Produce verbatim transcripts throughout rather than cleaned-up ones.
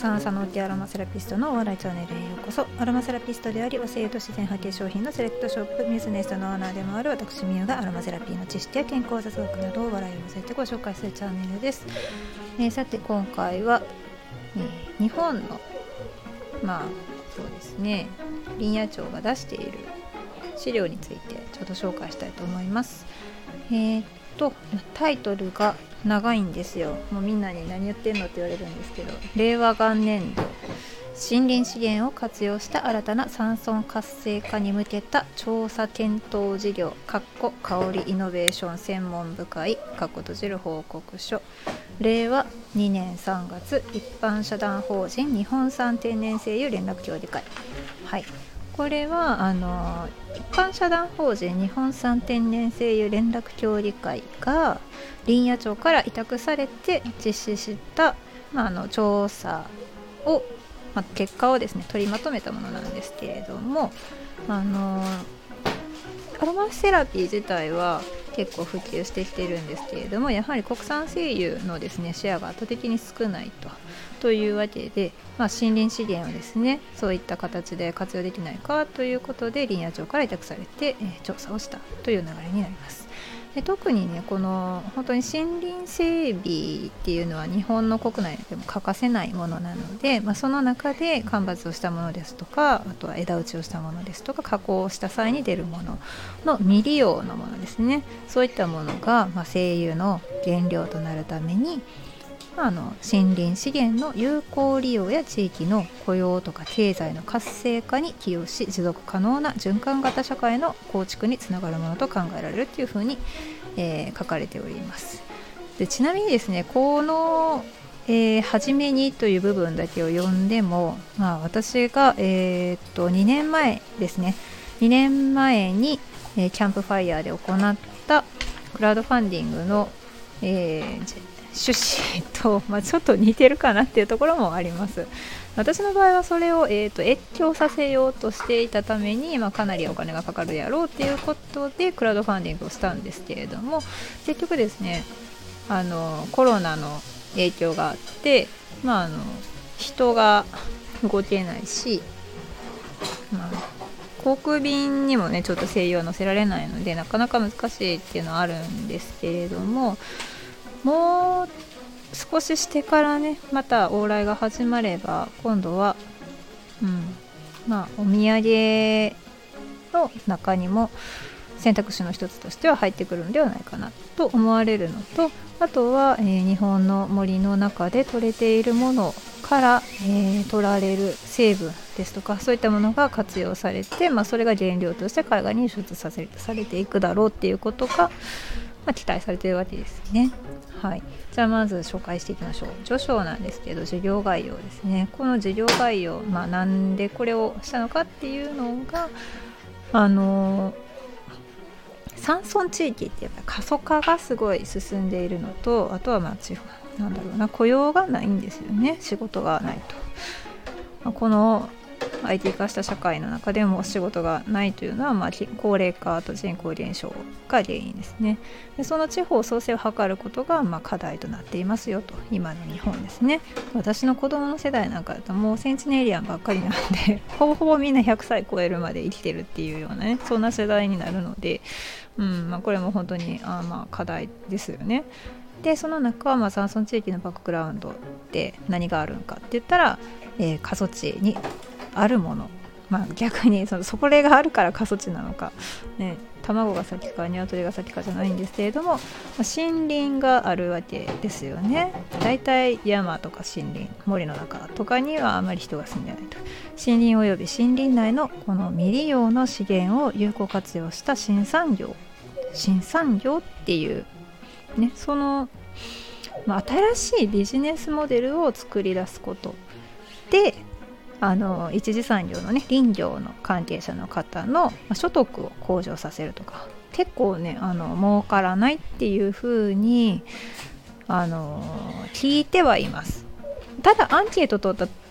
さん朝の起アロマセラピストのお笑いチャンネルへようこそ。アロマセラピストであり和製油と自然派系商品のセレクトショップミューズネストのオーナーでもある私みゆがアロマセラピーの知識や健康雑学などを笑いを乗せてご紹介するチャンネルです。えー、さて今回は、えー、日本のまあそうですね林野庁が出している資料についてちょっと紹介したいと思います。えー、っとタイトルが長いんですよ。もうみんなに何言ってんのって言われるんですけど、令和元年度森林資源を活用した新たな山村活性化に向けた調査検討事業香りイノベーション専門部会閉じる報告書れいわにねんさんがつ一般社団法人日本産天然精油連絡協議会。はい、これはあの一般社団法人日本産天然精油連絡協議会が林野庁から委託されて実施した、まあ、あの調査を、まあ、結果をですね取りまとめたものなんですけれども、あのアロマセラピー自体は結構普及してきているんですけれども、やはり国産精油のですねシェアが圧倒的に少ないとというわけで、まあ、森林資源をですねそういった形で活用できないかということで林野庁から委託されて、えー、調査をしたという流れになります。で特にねこの本当に森林整備っていうのは日本の国内でも欠かせないものなので、まあ、その中で間伐をしたものですとか、あとは枝打ちをしたものですとか加工をした際に出るものの未利用のものですね、そういったものが、まあ、精油の原料となるために、まあ、あの森林資源の有効利用や地域の雇用とか経済の活性化に寄与し持続可能な循環型社会の構築につながるものと考えられるというふうに、えー、書かれております。でちなみにですねこの、えー、初めにという部分だけを読んでも、まあ、私が、えー、っとにねんまえですねにねんまえに、えー、キャンプファイヤーで行ったクラウドファンディングの、えー趣旨と、まあ、ちょっと似てるかなっていうところもあります。私の場合はそれを、えーと、越境させようとしていたために、まあ、かなりお金がかかるやろうっていうことでクラウドファンディングをしたんですけれども、結局ですねあのコロナの影響があって、まあ、あの人が動けないし、まあ、航空便にもねちょっと精油は載せられないのでなかなか難しいっていうのはあるんですけれども、もう少ししてからねまた往来が始まれば今度は、うんまあ、お土産の中にも選択肢の一つとしては入ってくるのではないかなと思われるのと、あとは、えー、日本の森の中で採れているものから、えー、取られる成分ですとかそういったものが活用されて、まあ、それが原料として海外に輸出させされていくだろうっていうことが、まあ、期待されているわけですね。はい、じゃあまず紹介していきましょう。序章なんですけど事業概要ですね。この事業概要、まあ、なんでこれをしたのかっていうのがあの山村地域ってやっぱり過疎化がすごい進んでいるのと、あとはまあ地方なんだろうな雇用がないんですよね。仕事がないと、まあ、この アイティー 化した社会の中でも仕事がないというのは、まあ、高齢化と人口減少が原因ですね。でその地方創生を図ることが、まあ、課題となっていますよと今の日本ですね。私の子供の世代なんかだともうセンチネリアンばっかりなんでほぼほぼみんなひゃくさい超えるまで生きてるっていうようなねそんな世代になるので、うんまあ、これも本当にあまあ課題ですよね。でその中はまあ山村地域のバックグラウンドって何があるのかって言ったら、えー、過疎地にあるもの、まあ、逆にそのそこがあるから過疎地なのか、ね、卵が先か鶏が先かじゃないんですけれども、まあ、森林があるわけですよね。だいたい山とか森林森の中とかにはあまり人が住んでないと。森林および森林内のこの未利用の資源を有効活用した新産業新産業っていうね、その、まあ、新しいビジネスモデルを作り出すことであの一次産業のね林業の関係者の方の、まあ、所得を向上させるとか結構ねあの儲からないっていう風にあの聞いてはいます。ただアンケート取った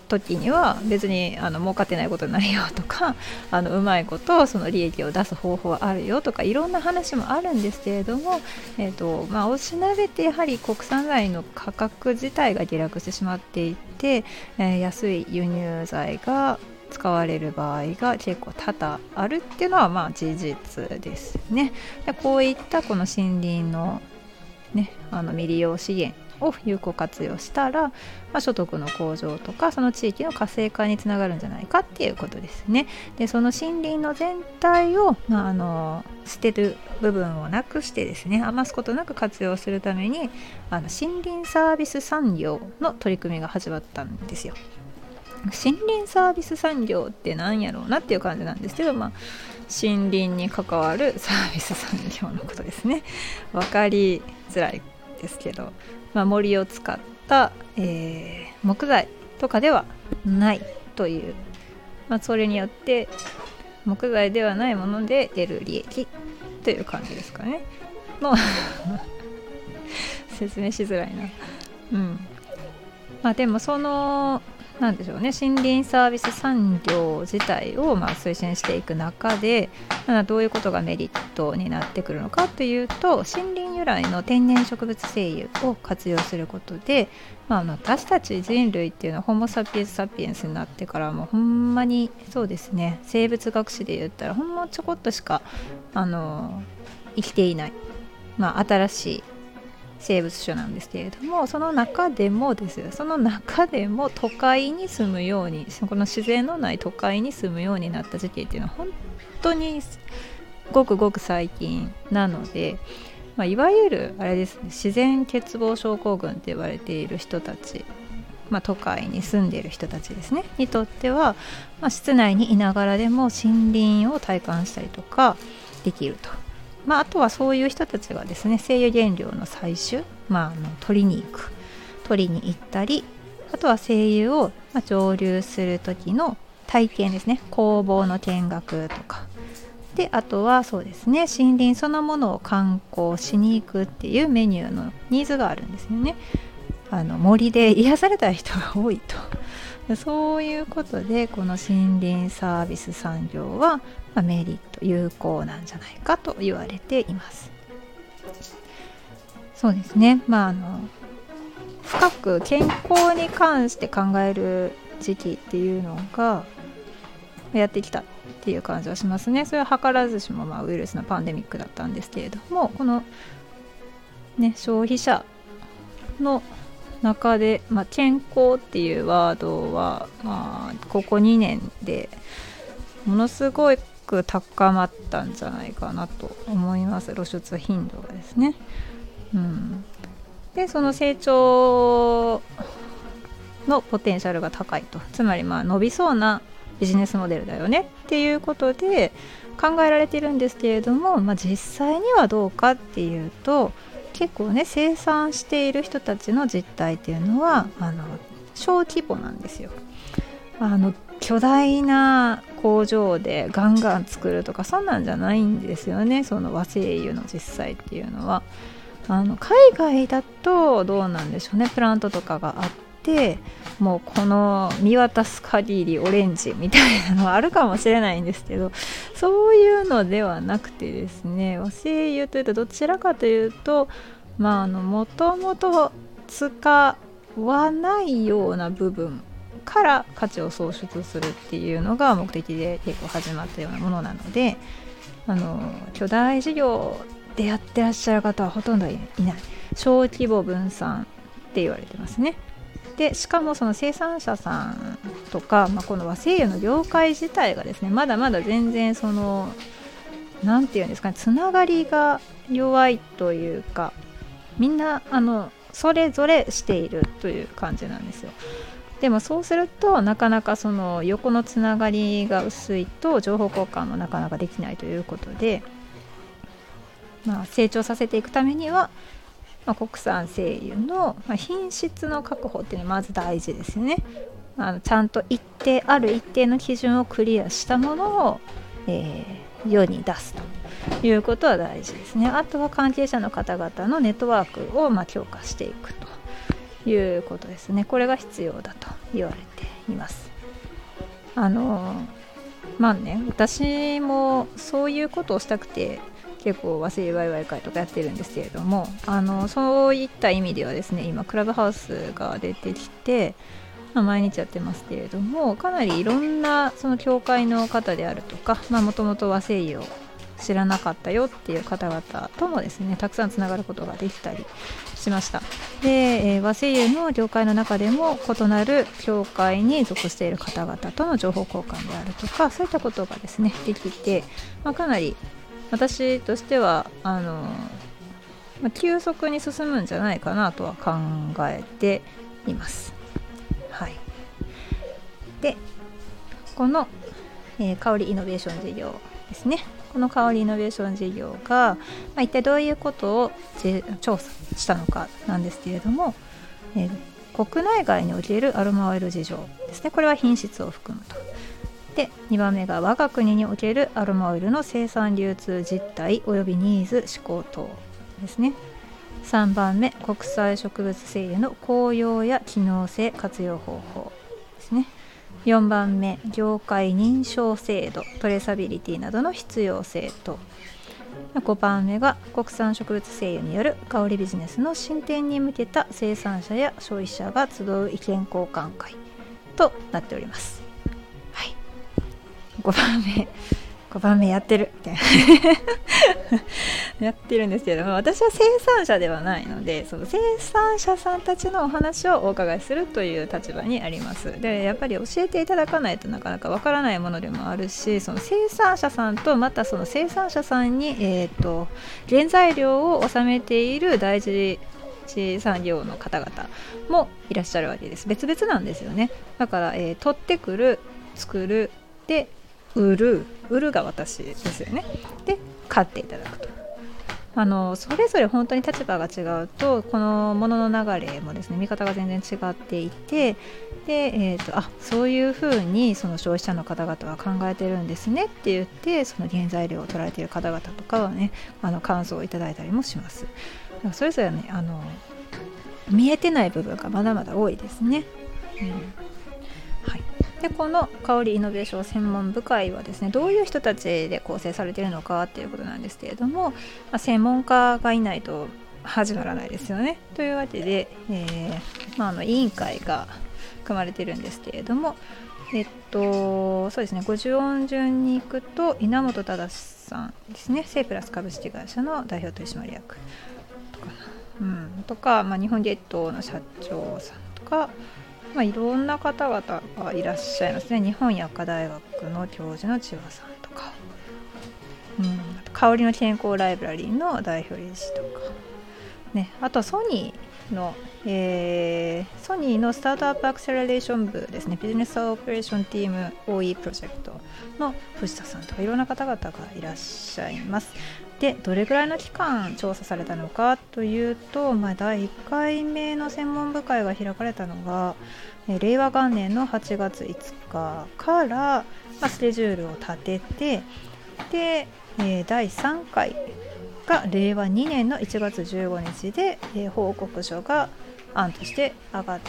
時には別にあの儲かってないことになるよとか、あのうまいことその利益を出す方法はあるよとか、いろんな話もあるんですけれども、えーとまあ、おしなべてやはり国産材の価格自体が下落してしまっていて、えー、安い輸入材が使われる場合が結構多々あるっていうのはまあ事実ですね。でこういったこの森林のね、あの未利用資源を有効活用したら、まあ、所得の向上とかその地域の活性化につながるんじゃないかっていうことですね。でその森林の全体を、まあ、あの捨てる部分をなくしてですね、余すことなく活用するためにあの森林サービス産業の取り組みが始まったんですよ。森林サービス産業って何やろうなっていう感じなんですけど、まあ、森林に関わるサービス産業のことですね。わかりづらいですけど、まあ、森を使った、えー、木材とかではないという、まあ、それによって木材ではないもので出る利益という感じですかねの説明しづらいな。うんまあ、でもそのなんでしょうね、森林サービス産業自体をまあ推進していく中で、どういうことがメリットになってくるのかというと、森林由来の天然植物精油を活用することで、まあ、私たち人類っていうのはホモ・サピエンス・サピエンスになってからもうほんまにそうですね、生物学史で言ったらほんまちょこっとしかあの生きていない、まあ、新しい生物種なんですけれども、その中でもですよその中でも都会に住むように、この自然のない都会に住むようになった時期っていうのは本当にごくごく最近なので、まあ、いわゆるあれですね、自然欠乏症候群って言われている人たち、まあ、都会に住んでいる人たちですねにとっては、まあ、室内にいながらでも森林を体感したりとかできると。まあ、あとはそういう人たちがですね、精油原料の採取、まあ、あの取りに行く取りに行ったり、あとは精油を、まあ、蒸留する時の体験ですね、工房の見学とかで、あとはそうですね、森林そのものを観光しに行くっていうメニューのニーズがあるんですよね。あの森で癒された人が多いと。そういうことでこの森林サービス産業は、まあ、メリット有効なんじゃないかと言われています。そうですね、まああの深く健康に関して考える時期っていうのがやってきたっていう感じはしますね。それは図らずしも、まあ、ウイルスのパンデミックだったんですけれども、この、ね、消費者の中で、まあ、健康っていうワードは、まあ、ここにねんでものすごく高まったんじゃないかなと思います。露出頻度がですね、うん、でその成長のポテンシャルが高いと、つまりまあ伸びそうなビジネスモデルだよねっていうことで考えられているんですけれども、まあ、実際にはどうかっていうと、結構ね生産している人たちの実態っていうのはあの小規模なんですよ。あの巨大な工場でガンガン作るとかそんなんじゃないんですよね、その和精油の実際っていうのは。あの海外だとどうなんでしょうね、プラントとかがあってもうこの見渡す限りオレンジみたいなのはあるかもしれないんですけど、そういうのではなくてですね、和精油というとどちらかというと、まああのもともと使わないような部分から価値を創出するっていうのが目的で結構始まったようなものなので、あの巨大事業でやってらっしゃる方はほとんどいない、小規模分散って言われてますね。でしかもその生産者さんとか、まあ、この和精油の業界自体がですね、まだまだ全然そのなんていうんですかね、つながりが弱いというか、みんなあのそれぞれしているという感じなんですよ。でもそうするとなかなかその横のつながりが薄いと情報交換もなかなかできないということで、まあ、成長させていくためには、まあ、国産精油の、まあ、品質の確保っていうのはまず大事ですよね。あのちゃんと一定ある一定の基準をクリアしたものを、えー、世に出すということは大事ですね。あとは関係者の方々のネットワークをまあ強化していくということですね。これが必要だと言われています。あのまあね、私もそういうことをしたくて結構和製ワイワイ会とかやってるんですけれども、あのそういった意味ではですね、今クラブハウスが出てきて、まあ、毎日やってますけれども、かなりいろんなその教会の方であるとか、もともと和製油を知らなかったよっていう方々ともですね、たくさんつながることができたりしました。で、えー、和製油の業界の中でも異なる教会に属している方々との情報交換であるとか、そういったことがですねできて、まあ、かなり私としてはあの、まあ、急速に進むんじゃないかなとは考えています。はい。で、この、えー、香りイノベーション事業ですね。この香りイノベーション事業が、まあ、一体どういうことを調査したのかなんですけれども、えー、国内外におけるアロマオイル事情ですね。これは品質を含むと。で、にばんめが我が国におけるアロマオイルの生産流通実態およびニーズ思考等ですね。さんばんめ、国際植物精油の効用や機能性活用方法ですね。よんばんめ、業界認証制度トレーサビリティなどの必要性と、ごばんめが国産植物精油による香りビジネスの進展に向けた生産者や消費者が集う意見交換会となっております。はい、ごばんめごばんめやってるみたいなやってるんですけども、私は生産者ではないので、その生産者さんたちのお話をお伺いするという立場にあります。で、やっぱり教えていただかないとなかなかわからないものでもあるし、その生産者さんとまたその生産者さんに、えーと、原材料を納めている第一次産業の方々もいらっしゃるわけです。別々なんですよね。だから、えー、取ってくる、作る、で売る売るが私ですよね。で、買っていただくと、あのそれぞれ本当に立場が違うと、このものの流れもですね、見方が全然違っていて、で、えーと、あ、そういうふうにその消費者の方々は考えてるんですねって言って、その原材料を取られている方々とかはね、あの感想をいただいたりもします。だからそれぞれね、あの見えてない部分がまだまだ多いですね。うん、はい。で、この香りイノベーション専門部会はですね、どういう人たちで構成されているのかっていうことなんですけれども、まあ、専門家がいないと始まらないですよね。というわけで、えーまあ、あの委員会が組まれているんですけれども、えっとそうですね、ごじゅう音順に行くと稲本忠さんですね、セイプラス株式会社の代表取締役とか、うん、とか、まあ、日本ゲットの社長さんとか、まあ、いろんな方々がいらっしゃいますね。日本薬科大学の教授の千葉さんとか、うん、あと香りの健康ライブラリーの代表理事とか、ね、あとソニーの、えー、ソニーのスタートアップアクセラレーション部ですね、ビジネスオペレーションチーム オーイー プロジェクトの藤田さんとか、いろんな方々がいらっしゃいます。で、どれぐらいの期間調査されたのかというと、まあ、だいいっかいめの専門部会が開かれたのが、えー、令和元年のはちがついつかから、まあ、スケジュールを立てて、で、えー、だいさんかいがれいわにねんのいちがつじゅうごにちで、えー、報告書が案として上がって、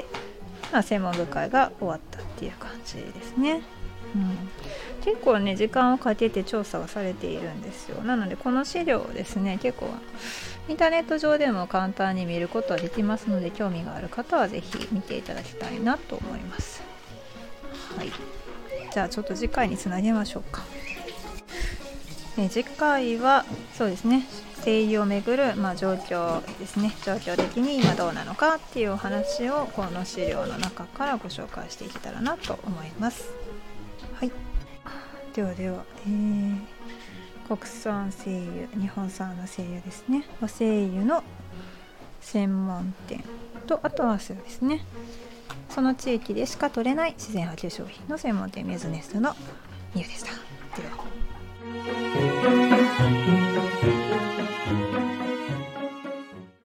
まあ、専門部会が終わったっていう感じですね。うん、結構ね、時間をかけて調査がされているんですよ。なのでこの資料をですね、結構インターネット上でも簡単に見ることはできますので、興味がある方はぜひ見ていただきたいなと思います。はい、じゃあちょっと次回につなげましょうか。え次回はそうですね、精油をめぐる、まあ、状況ですね、状況的に今どうなのかっていうお話をこの資料の中からご紹介していけたらなと思います。はい、ではでは、えー、国産精油、日本産の精油ですね、和精油の専門店と、あとはそうですね、その地域でしか取れない自然派生商品の専門店ミューズネストのミュウでした。では。